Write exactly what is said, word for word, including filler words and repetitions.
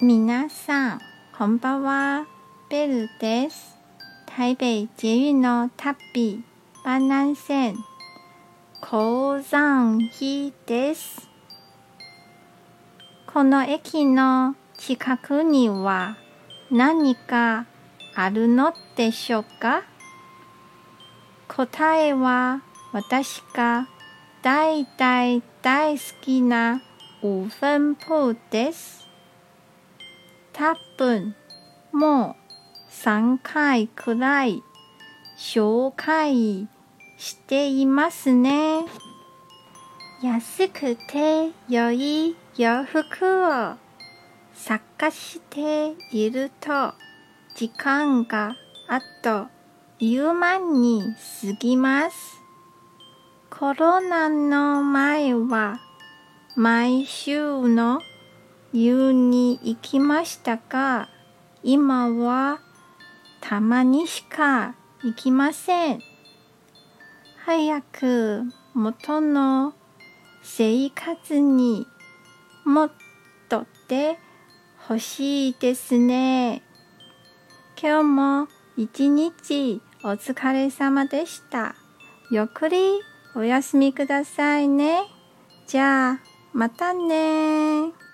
皆さん、こんばんは。ベルです。台北捷運の旅、板南線、高山日です。この駅の近くには何かあるのでしょうか？答えは私が大大大好きな五分铺です。多分もうさんかいくらい紹介していますね。安くて良い洋服を探していると時間があっという間に過ぎます。コロナの前は毎週のように行きましたが、今はたまにしか行きません。早く元の生活に戻ってほしいですね。今日も一日お疲れ様でした。ゆっくりお休みくださいね。じゃあ、またね。